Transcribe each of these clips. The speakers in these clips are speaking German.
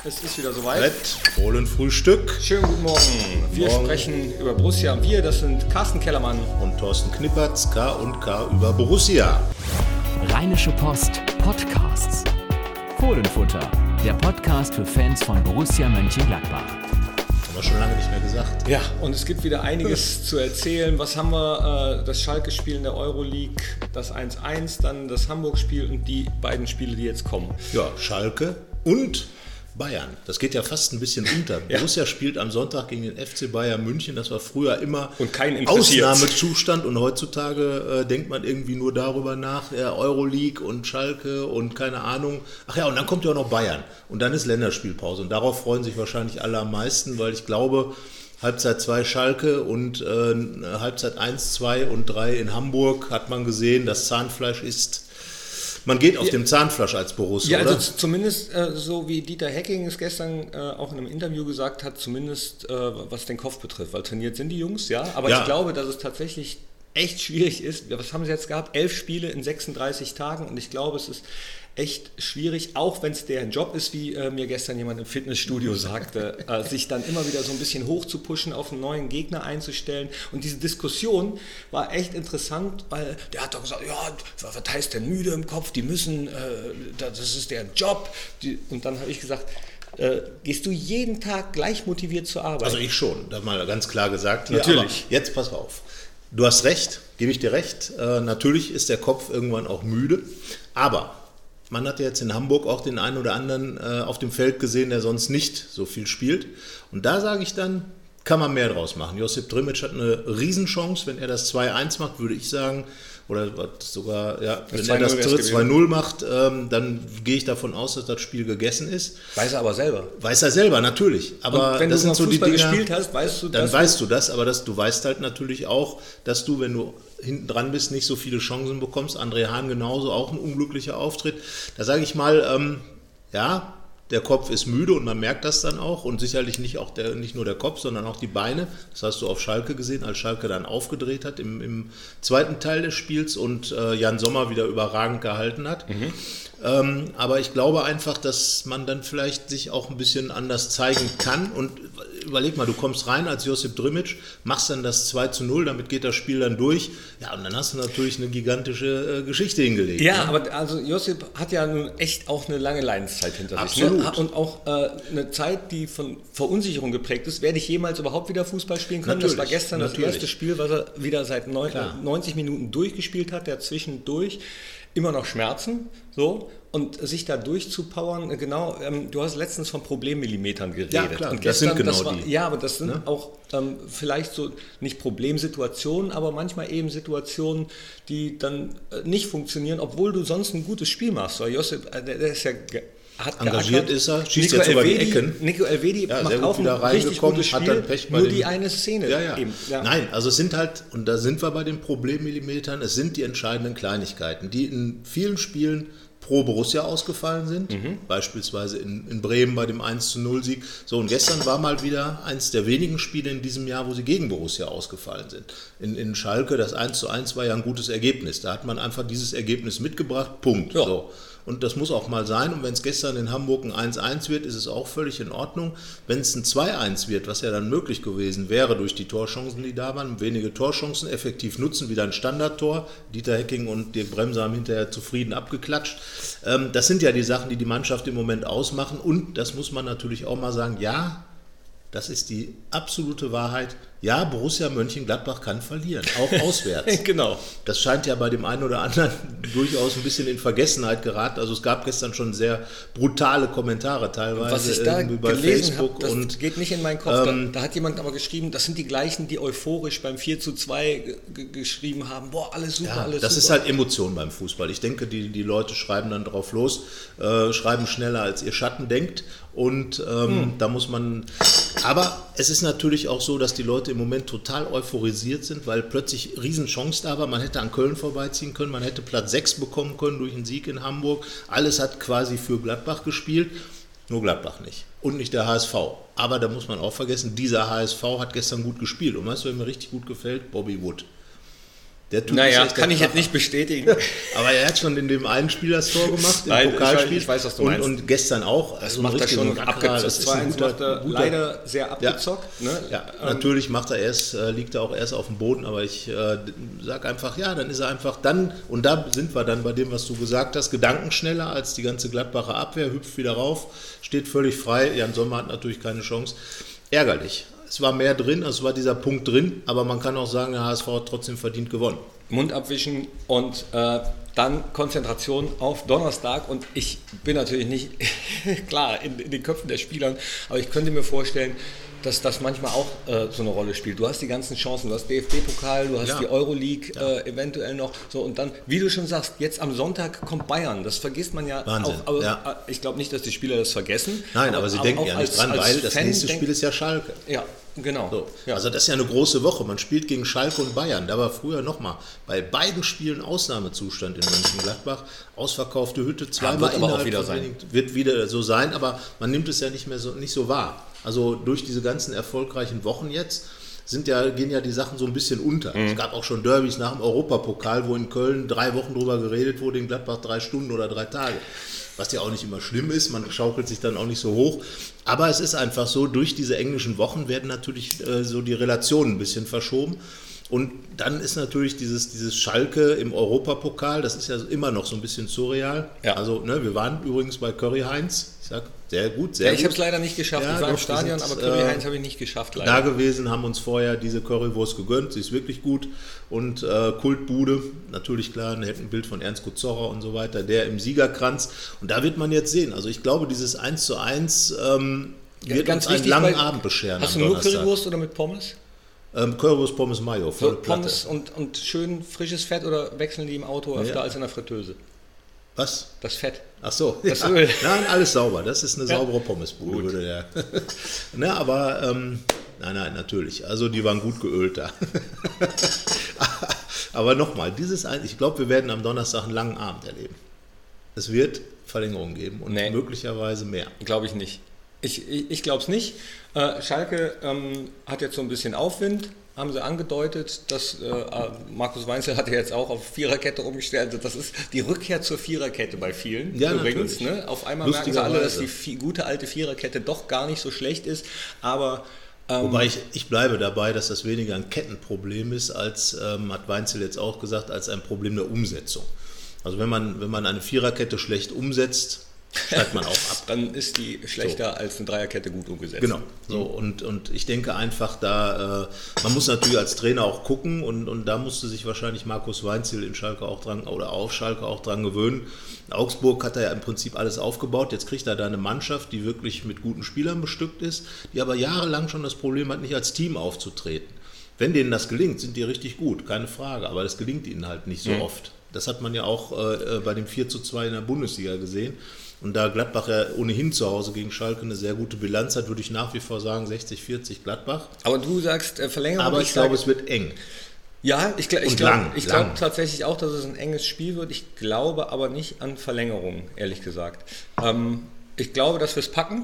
Es ist wieder soweit. Fohlenfrühstück. Schönen guten Morgen. Wir sprechen über Borussia. Wir, das sind Carsten Kellermann und Thorsten Knippertz, K&K über Borussia. Rheinische Post Podcasts. Fohlenfutter, der Podcast für Fans von Borussia Mönchengladbach. Haben wir schon lange nicht mehr gesagt. Ja, und es gibt wieder einiges zu erzählen. Was haben wir? Das Schalke-Spiel in der Euroleague, das 1-1, dann das Hamburg-Spiel und die beiden Spiele, die jetzt kommen. Ja, Schalke und Bayern. Das geht ja fast ein bisschen unter. Ja. Borussia spielt am Sonntag gegen den FC Bayern München. Das war früher immer Ausnahmezustand. Und heutzutage denkt man irgendwie nur darüber nach. Euroleague und Schalke und keine Ahnung. Ach ja, und dann kommt ja auch noch Bayern. Und dann ist Länderspielpause. Und darauf freuen sich wahrscheinlich alle am meisten, weil ich glaube, Halbzeit 2 Schalke und Halbzeit 1, 2 und 3 in Hamburg hat man gesehen, das Zahnfleisch ist... Man geht auf dem Zahnfleisch als Borussia, oder? Ja, also zumindest so wie Dieter Hecking es gestern auch in einem Interview gesagt hat, zumindest was den Kopf betrifft, weil trainiert sind die Jungs, ja, aber ich glaube, dass es tatsächlich echt schwierig ist. Was haben sie jetzt gehabt? 11 Spiele in 36 Tagen und ich glaube, es ist echt schwierig, auch wenn es deren Job ist, wie mir gestern jemand im Fitnessstudio sagte, sich dann immer wieder so ein bisschen hoch zu pushen, auf einen neuen Gegner einzustellen. Und diese Diskussion war echt interessant, weil der hat doch gesagt, ja, was heißt denn müde im Kopf, die müssen, das ist deren Job. Und dann habe ich gesagt, gehst du jeden Tag gleich motiviert zur Arbeit? Also ich schon, das mal ganz klar gesagt. Natürlich. Aber jetzt pass auf. Du hast recht, gebe ich dir recht. Natürlich ist der Kopf irgendwann auch müde, aber man hat ja jetzt in Hamburg auch den einen oder anderen auf dem Feld gesehen, der sonst nicht so viel spielt. Und da sage ich dann, kann man mehr draus machen. Josip Drmic hat eine Riesenchance. Wenn er das 2-1 macht, würde ich sagen, oder sogar, ja, wenn er das 2-0 macht, dann gehe ich davon aus, dass das Spiel gegessen ist. Weiß er aber selber. Weiß er selber, natürlich. Aber und wenn das du sind so die Fußball Dinger, gespielt hast, weißt du das. Dann weißt du das, aber du weißt halt natürlich auch, dass du, wenn du hinten dran bist, nicht so viele Chancen bekommst. André Hahn genauso, auch ein unglücklicher Auftritt. Da sage ich mal, ja, der Kopf ist müde und man merkt das dann auch und sicherlich nicht nur der Kopf, sondern auch die Beine. Das hast du auf Schalke gesehen, als Schalke dann aufgedreht hat im zweiten Teil des Spiels und Jan Sommer wieder überragend gehalten hat. Aber ich glaube einfach, dass man dann vielleicht sich auch ein bisschen anders zeigen kann und überleg mal, du kommst rein als Josip Drmic, machst dann das 2-0, damit geht das Spiel dann durch. Ja, und dann hast du natürlich eine gigantische Geschichte hingelegt. Ja, ne? Aber also Josip hat ja nun echt auch eine lange Leidenszeit hinter sich. Absolut. Ne? Und auch eine Zeit, die von Verunsicherung geprägt ist. Werde ich jemals überhaupt wieder Fußball spielen können? Natürlich, das war gestern das erste Spiel, was er wieder seit 90 Minuten durchgespielt hat. Der zwischendurch immer noch Schmerzen, so. Und sich da durchzupowern, genau, du hast letztens von Problemmillimetern geredet. Ja, klar, und gestern, das sind genau die. Ja, aber das sind auch vielleicht so, nicht Problemsituationen, aber manchmal eben Situationen, die dann nicht funktionieren, obwohl du sonst ein gutes Spiel machst. So, Josip, der ist ja... Engagiert ist er, schießt jetzt sogar die Ecken. Nico Elvedi macht auch ein richtig gutes Spiel, hat dann Pech nur die eine Szene. Ja. Eben. Ja. Nein, also es sind halt, und da sind wir bei den Problemmillimetern, es sind die entscheidenden Kleinigkeiten, die in vielen Spielen pro Borussia ausgefallen sind, beispielsweise in Bremen bei dem 1-0-Sieg. So, und gestern war mal wieder eins der wenigen Spiele in diesem Jahr, wo sie gegen Borussia ausgefallen sind. In Schalke, das 1-1 war ja ein gutes Ergebnis. Da hat man einfach dieses Ergebnis mitgebracht, Punkt. Ja. So. Und das muss auch mal sein. Und wenn es gestern in Hamburg ein 1-1 wird, ist es auch völlig in Ordnung. Wenn es ein 2-1 wird, was ja dann möglich gewesen wäre durch die Torchancen, die da waren, wenige Torchancen effektiv nutzen, wieder ein Standardtor. Dieter Hecking und Dirk Bremser haben hinterher zufrieden abgeklatscht. Das sind ja die Sachen, die die Mannschaft im Moment ausmachen. Und das muss man natürlich auch mal sagen, ja, das ist die absolute Wahrheit. Ja, Borussia Mönchengladbach kann verlieren, auch auswärts. Genau. Das scheint ja bei dem einen oder anderen durchaus ein bisschen in Vergessenheit geraten. Also es gab gestern schon sehr brutale Kommentare teilweise. Was ich da bei gelesen Facebook. Habe, das und geht nicht in meinen Kopf. Da hat jemand aber geschrieben, das sind die gleichen, die euphorisch beim 4-2 geschrieben haben. Boah, alles super, alles das super. Ist halt Emotion beim Fußball. Ich denke, die Leute schreiben dann drauf los, schreiben schneller, als ihr Schatten denkt. Und da muss man... Aber es ist natürlich auch so, dass die Leute im Moment total euphorisiert sind, weil plötzlich Riesenchance da war. Man hätte an Köln vorbeiziehen können, man hätte Platz 6 bekommen können durch einen Sieg in Hamburg. Alles hat quasi für Gladbach gespielt, nur Gladbach nicht. Und nicht der HSV. Aber da muss man auch vergessen, dieser HSV hat gestern gut gespielt. Und weißt du, wer mir richtig gut gefällt? Bobby Wood. Der Typ kann ich jetzt nicht bestätigen. Aber er hat schon in dem einen Spiel das Tor gemacht, im Pokalspiel. Ich weiß, was du meinst. Und gestern auch. Das macht er schon abgezockt. Das ist ein guter, leider sehr abgezockt. Ja, ne? Ja, natürlich liegt er auch erst auf dem Boden, aber ich sage einfach, ja, dann ist er einfach dann, und da sind wir dann bei dem, was du gesagt hast, gedankenschneller als die ganze Gladbacher Abwehr, hüpft wieder rauf, steht völlig frei. Jan Sommer hat natürlich keine Chance. Ärgerlich. Es war mehr drin, es war dieser Punkt drin, aber man kann auch sagen, der HSV hat trotzdem verdient gewonnen. Mund abwischen und dann Konzentration auf Donnerstag. Und ich bin natürlich nicht, klar, in den Köpfen der Spieler, aber ich könnte mir vorstellen, dass das manchmal auch so eine Rolle spielt. Du hast die ganzen Chancen, du hast DFB-Pokal, du hast die Euroleague eventuell noch. So, und dann, wie du schon sagst, jetzt am Sonntag kommt Bayern. Das vergisst man ja Wahnsinn, auch. Aber ich glaube nicht, dass die Spieler das vergessen. Nein, aber sie denken ja nicht dran, weil das nächste Spiel ist ja Schalke. Ja, genau. So. Ja. Also das ist ja eine große Woche. Man spielt gegen Schalke und Bayern. Da war früher nochmal bei beiden Spielen Ausnahmezustand in Mönchengladbach. Ausverkaufte Hütte, zweimal innerhalb von wenigen, wird wieder so sein, aber man nimmt es ja nicht so wahr. Also durch diese ganzen erfolgreichen Wochen jetzt gehen ja die Sachen so ein bisschen unter. Es gab auch schon Derbys nach dem Europapokal, wo in Köln 3 Wochen drüber geredet wurde, in Gladbach 3 Stunden oder 3 Tage. Was ja auch nicht immer schlimm ist, man schaukelt sich dann auch nicht so hoch. Aber es ist einfach so, durch diese englischen Wochen werden natürlich so die Relationen ein bisschen verschoben. Und dann ist natürlich dieses Schalke im Europapokal, das ist ja immer noch so ein bisschen surreal. Ja. Also wir waren übrigens bei Curry Heinz. Ich sag, sehr gut, sehr gut. Ich habe es leider nicht geschafft. Ich war im Stadion, aber Curry Heinz habe ich nicht geschafft, leider. Da gewesen, haben uns vorher diese Currywurst gegönnt. Sie ist wirklich gut. Und Kultbude, natürlich klar, ein Bild von Ernst Guzorra und so weiter, der im Siegerkranz. Und da wird man jetzt sehen. Also ich glaube, dieses 1:1 wird uns einen langen Abend bescheren. Hast du nur Currywurst oder mit Pommes? Currywurst, Pommes, Mayo, volle Pommes und schön frisches Fett oder wechseln die im Auto öfter als in der Fritteuse? Was? Das Fett. Ach so, das Öl. Nein, alles sauber. Das ist eine saubere Pommesbude, würde der. Aber nein, natürlich. Also die waren gut geölt da. Aber nochmal, ich glaube, wir werden am Donnerstag einen langen Abend erleben. Es wird Verlängerung geben und möglicherweise mehr. Glaube ich nicht. Ich glaube es nicht. Schalke hat jetzt so ein bisschen Aufwind, haben sie angedeutet, dass Markus Weinzel hat ja jetzt auch auf Viererkette umgestellt. Das ist die Rückkehr zur Viererkette bei vielen übrigens. Ne? Auf einmal merken sie alle, dass die gute alte Viererkette doch gar nicht so schlecht ist. Aber wobei ich bleibe dabei, dass das weniger ein Kettenproblem ist, als hat Weinzel jetzt auch gesagt, als ein Problem der Umsetzung. Also wenn man eine Viererkette schlecht umsetzt, steigt man auch ab. Dann ist die schlechter als eine Dreierkette gut umgesetzt. Genau. So, und ich denke einfach, man muss natürlich als Trainer auch gucken und da musste sich wahrscheinlich Markus Weinzel auf Schalke auch dran gewöhnen. In Augsburg hat er ja im Prinzip alles aufgebaut. Jetzt kriegt er da eine Mannschaft, die wirklich mit guten Spielern bestückt ist, die aber jahrelang schon das Problem hat, nicht als Team aufzutreten. Wenn denen das gelingt, sind die richtig gut, keine Frage, aber das gelingt ihnen halt nicht so oft. Das hat man ja auch bei dem 4:2 in der Bundesliga gesehen. Und da Gladbach ja ohnehin zu Hause gegen Schalke eine sehr gute Bilanz hat, würde ich nach wie vor sagen 60-40 Gladbach. Aber du sagst Verlängerung. Aber ich glaube, es wird eng. Ja, ich glaube tatsächlich auch, dass es ein enges Spiel wird. Ich glaube aber nicht an Verlängerung, ehrlich gesagt. Ich glaube, dass wir es packen.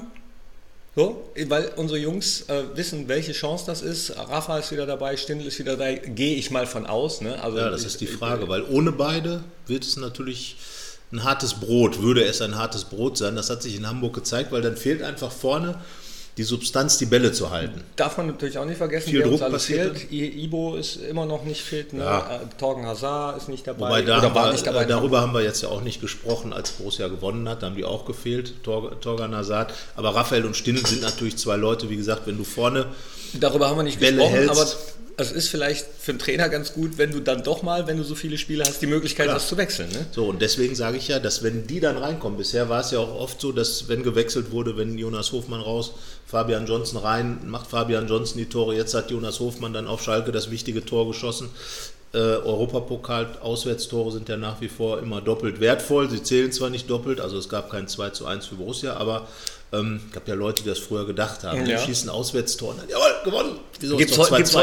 So, weil unsere Jungs wissen, welche Chance das ist. Rafa ist wieder dabei, Stindl ist wieder dabei, gehe ich mal von aus. Ne? Also, ja, das ist die Frage, weil ohne beide wird es natürlich ein hartes Brot, würde es ein hartes Brot sein. Das hat sich in Hamburg gezeigt, weil dann fehlt einfach vorne die Substanz, die Bälle zu halten. Darf man natürlich auch nicht vergessen, viel Druck passiert. Ibo ist immer noch nicht fit, ne? Ja. Torgen Hazard ist nicht dabei. Wobei darüber haben wir jetzt ja auch nicht gesprochen, als Borussia gewonnen hat, da haben die auch gefehlt, Torgan Hazard. Aber Raphael und Stindl sind natürlich 2 Leute, wie gesagt, wenn du vorne darüber haben wir nicht Bälle gesprochen, hältst, aber es ist vielleicht für einen Trainer ganz gut, wenn du dann doch mal, wenn du so viele Spiele hast, die Möglichkeit hast zu wechseln. Ne? So, und deswegen sage ich ja, dass wenn die dann reinkommen, bisher war es ja auch oft so, dass wenn gewechselt wurde, wenn Jonas Hofmann raus, Fabian Johnson rein, macht Fabian Johnson die Tore, jetzt hat Jonas Hofmann dann auf Schalke das wichtige Tor geschossen. Europapokal-Auswärtstore sind ja nach wie vor immer doppelt wertvoll, sie zählen zwar nicht doppelt, also es gab kein 2:1 für Borussia, aber Ich habe ja Leute, die das früher gedacht haben. Die schießen Auswärtstor und dann, jawohl, gewonnen. Wieso Gibt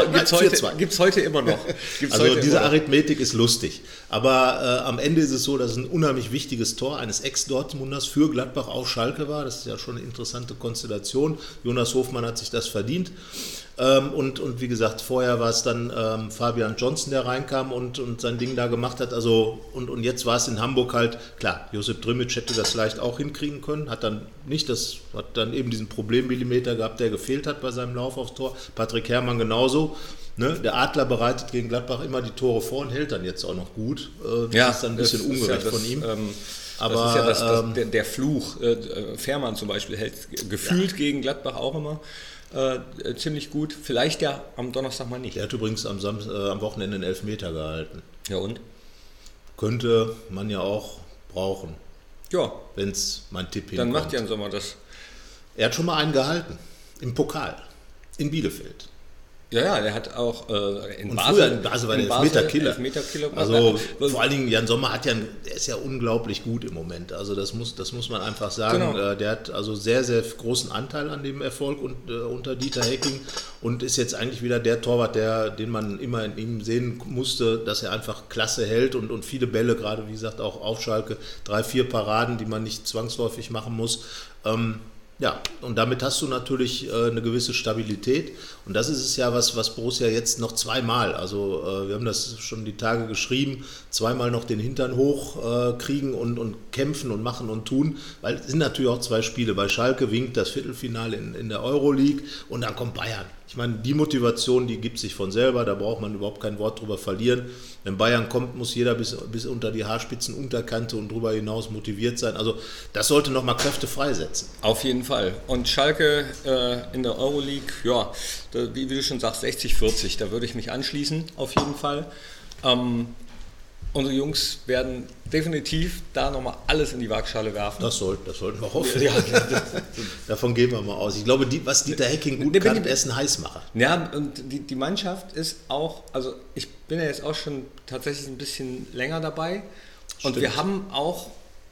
es heute immer noch. Also diese Arithmetik ist lustig. Aber am Ende ist es so, dass es ein unheimlich wichtiges Tor eines Ex-Dortmunders für Gladbach auf Schalke war. Das ist ja schon eine interessante Konstellation. Jonas Hofmann hat sich das verdient. Und wie gesagt, vorher war es dann Fabian Johnson, der reinkam und sein Ding da gemacht hat. Also, und jetzt war es in Hamburg halt, klar, Josip Drmic hätte das vielleicht auch hinkriegen können, hat dann eben diesen Problemmillimeter gehabt, der gefehlt hat bei seinem Lauf aufs Tor. Patrick Herrmann genauso. Ne? Der Adler bereitet gegen Gladbach immer die Tore vor und hält dann jetzt auch noch gut. Das ist dann ein bisschen ungerecht von ihm. Aber das ist ja der Fluch. Fährmann zum Beispiel hält gefühlt gegen Gladbach auch immer ziemlich gut. Vielleicht ja am Donnerstag mal nicht. Der hat übrigens am Wochenende einen Elfmeter gehalten. Ja und? Könnte man ja auch brauchen. Ja. Wenn es mein Tipp hinkommt. Dann macht Jan Sommer das. Er hat schon mal einen gehalten. Im Pokal. In Bielefeld. Ja, der hat auch in Basel war der Elfmeter-Killer. Also vor allen Dingen, Jan Sommer der ist ja unglaublich gut im Moment. Also das muss man einfach sagen. Genau. Der hat also sehr, sehr großen Anteil an dem Erfolg unter Dieter Hecking und ist jetzt eigentlich wieder der Torwart, den man immer in ihm sehen musste, dass er einfach klasse hält und viele Bälle, gerade wie gesagt auch auf Schalke, 3-4 Paraden, die man nicht zwangsläufig machen muss. Ja, und damit hast du natürlich eine gewisse Stabilität. Und das ist es ja, was Borussia jetzt noch zweimal, also wir haben das schon die Tage geschrieben, zweimal noch den Hintern hoch kriegen und kämpfen und machen und tun. Weil es sind natürlich auch 2 Spiele. Bei Schalke winkt das Viertelfinale in der Euroleague und dann kommt Bayern. Ich meine, die Motivation, die gibt sich von selber, da braucht man überhaupt kein Wort drüber verlieren. Wenn Bayern kommt, muss jeder bis unter die Haarspitzenunterkante und drüber hinaus motiviert sein. Also das sollte nochmal Kräfte freisetzen. Auf jeden Fall. Und Schalke in der Euroleague, ja, wie du schon sagst, 60-40, da würde ich mich anschließen, auf jeden Fall. Unsere Jungs werden definitiv da nochmal alles in die Waagschale werfen. Das sollten wir hoffen. Ja, davon gehen wir mal aus. Ich glaube, was Dieter Hecking gut kann, er ist ein Heißmacher. Ja, und die Mannschaft ist auch, also ich bin ja jetzt auch schon tatsächlich ein bisschen länger dabei. Stimmt. Und wir haben auch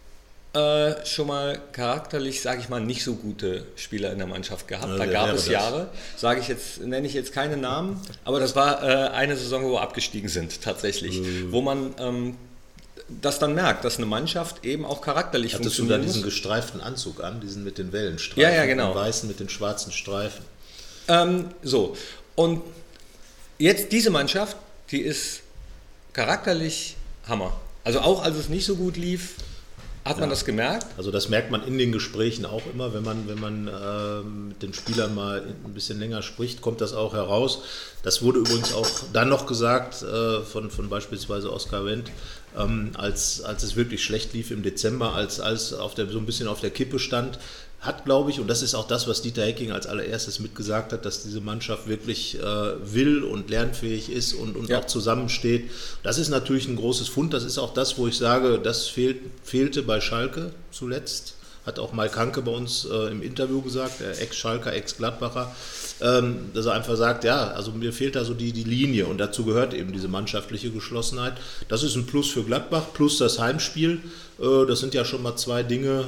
schon mal charakterlich, sage ich mal, nicht so gute Spieler in der Mannschaft gehabt. Da gab es Jahre, nenne ich jetzt keine Namen, aber das war eine Saison, wo wir abgestiegen sind, tatsächlich. Wo man das dann merkt, dass eine Mannschaft eben auch charakterlich funktioniert. Hattest du da diesen gestreiften Anzug an, diesen mit den Wellenstreifen? Ja, genau. Den weißen mit den schwarzen Streifen. So, und jetzt diese Mannschaft, die ist charakterlich Hammer. Also auch als es nicht so gut lief, hat man das gemerkt? Also das merkt man in den Gesprächen auch immer, wenn man mit den Spielern mal ein bisschen länger spricht, kommt das auch heraus. Das wurde übrigens auch dann noch gesagt von beispielsweise Oskar Wendt, als es wirklich schlecht lief im Dezember, als so ein bisschen auf der Kippe stand, hat, glaube ich, und das ist auch das, was Dieter Hecking als allererstes mitgesagt hat, dass diese Mannschaft wirklich will und lernfähig ist und auch zusammensteht. Das ist natürlich ein großes Fund. Das ist auch das, wo ich sage, das fehlte bei Schalke zuletzt. Hat auch Mike Hanke bei uns im Interview gesagt, der Ex-Schalker, Ex-Gladbacher, dass er einfach sagt, ja, also mir fehlt da so die Linie und dazu gehört eben diese mannschaftliche Geschlossenheit. Das ist ein Plus für Gladbach, plus das Heimspiel. Das sind ja schon mal 2 Dinge,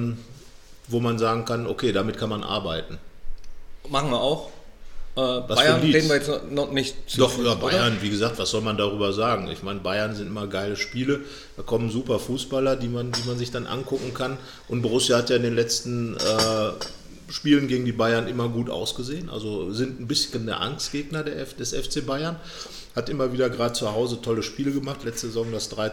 wo man sagen kann, okay, damit kann man arbeiten. Machen wir auch. Bayern reden wir jetzt noch nicht zu. Doch, ja, Bayern, oder? Wie gesagt, was soll man darüber sagen? Ich meine, Bayern sind immer geile Spiele, da kommen super Fußballer, die man sich dann angucken kann. Und Borussia hat ja in den letzten Spielen gegen die Bayern immer gut ausgesehen, also sind ein bisschen der Angstgegner des FC Bayern. Hat immer wieder gerade zu Hause tolle Spiele gemacht. Letzte Saison das glaube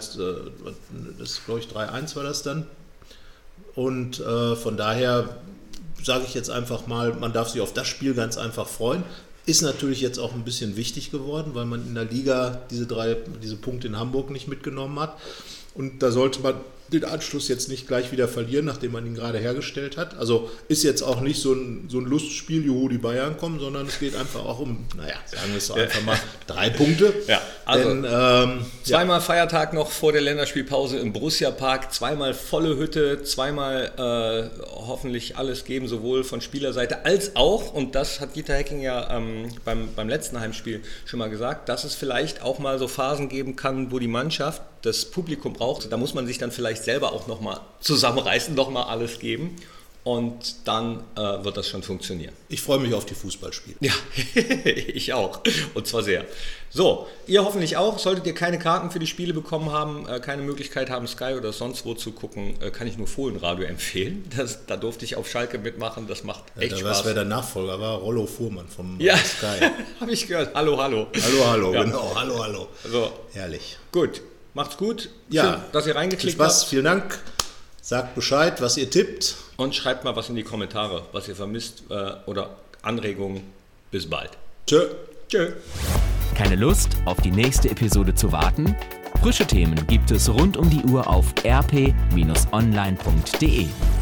ich 3-1 war das dann. Und von daher sage ich jetzt einfach mal, man darf sich auf das Spiel ganz einfach freuen. Ist natürlich jetzt auch ein bisschen wichtig geworden, weil man in der Liga diese Punkte in Hamburg nicht mitgenommen hat. Und da sollte man den Anschluss jetzt nicht gleich wieder verlieren, nachdem man ihn gerade hergestellt hat. Also ist jetzt auch nicht so ein Lustspiel, juhu, die Bayern kommen, sondern es geht einfach auch um, sagen wir es doch einfach mal, 3 Punkte. Ja, also zweimal Feiertag noch vor der Länderspielpause im Borussia-Park, zweimal volle Hütte, zweimal hoffentlich alles geben, sowohl von Spielerseite als auch, und das hat Dieter Hecking ja beim letzten Heimspiel schon mal gesagt, dass es vielleicht auch mal so Phasen geben kann, wo die Mannschaft das Publikum braucht. Da muss man sich dann vielleicht selber auch nochmal zusammenreißen, nochmal alles geben. und dann wird das schon funktionieren. Ich freue mich auf die Fußballspiele. Ja, ich auch. Und zwar sehr. So, ihr hoffentlich auch. Solltet ihr keine Karten für die Spiele bekommen haben, keine Möglichkeit haben, Sky oder sonst wo zu gucken, kann ich nur Fohlenradio empfehlen. Da durfte ich auf Schalke mitmachen. Das macht echt Spaß. Wer der Nachfolger war, Rollo Fuhrmann vom Sky. Habe ich gehört. Hallo. Ja. Genau. Hallo. So. Herrlich. Gut. Macht's gut. Ja. Schön, dass ihr reingeklickt habt. Vielen Dank. Sagt Bescheid, was ihr tippt. Und schreibt mal was in die Kommentare, was ihr vermisst oder Anregungen. Bis bald. Tschö. Keine Lust, auf die nächste Episode zu warten? Frische Themen gibt es rund um die Uhr auf rp-online.de.